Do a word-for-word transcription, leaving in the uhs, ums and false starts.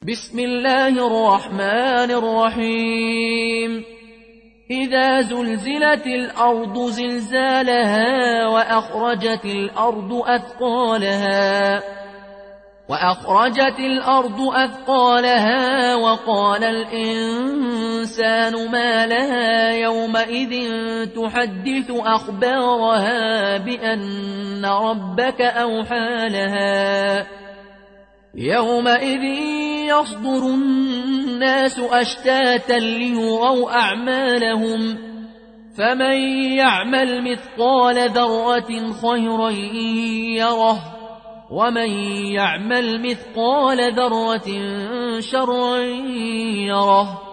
بسم الله الرحمن الرحيم إذا زلزلت الأرض زلزالها وأخرجت الأرض أثقالها وأخرجت الأرض أثقالها وقال الإنسان ما لها يومئذ تحدث أخبارها بأن ربك أوحى لها يومئذ يصدر الناس أشتاتا ليروا أعمالهم فمن يعمل مثقال ذرة خيرا يره ومن يعمل مثقال ذرة شرا يره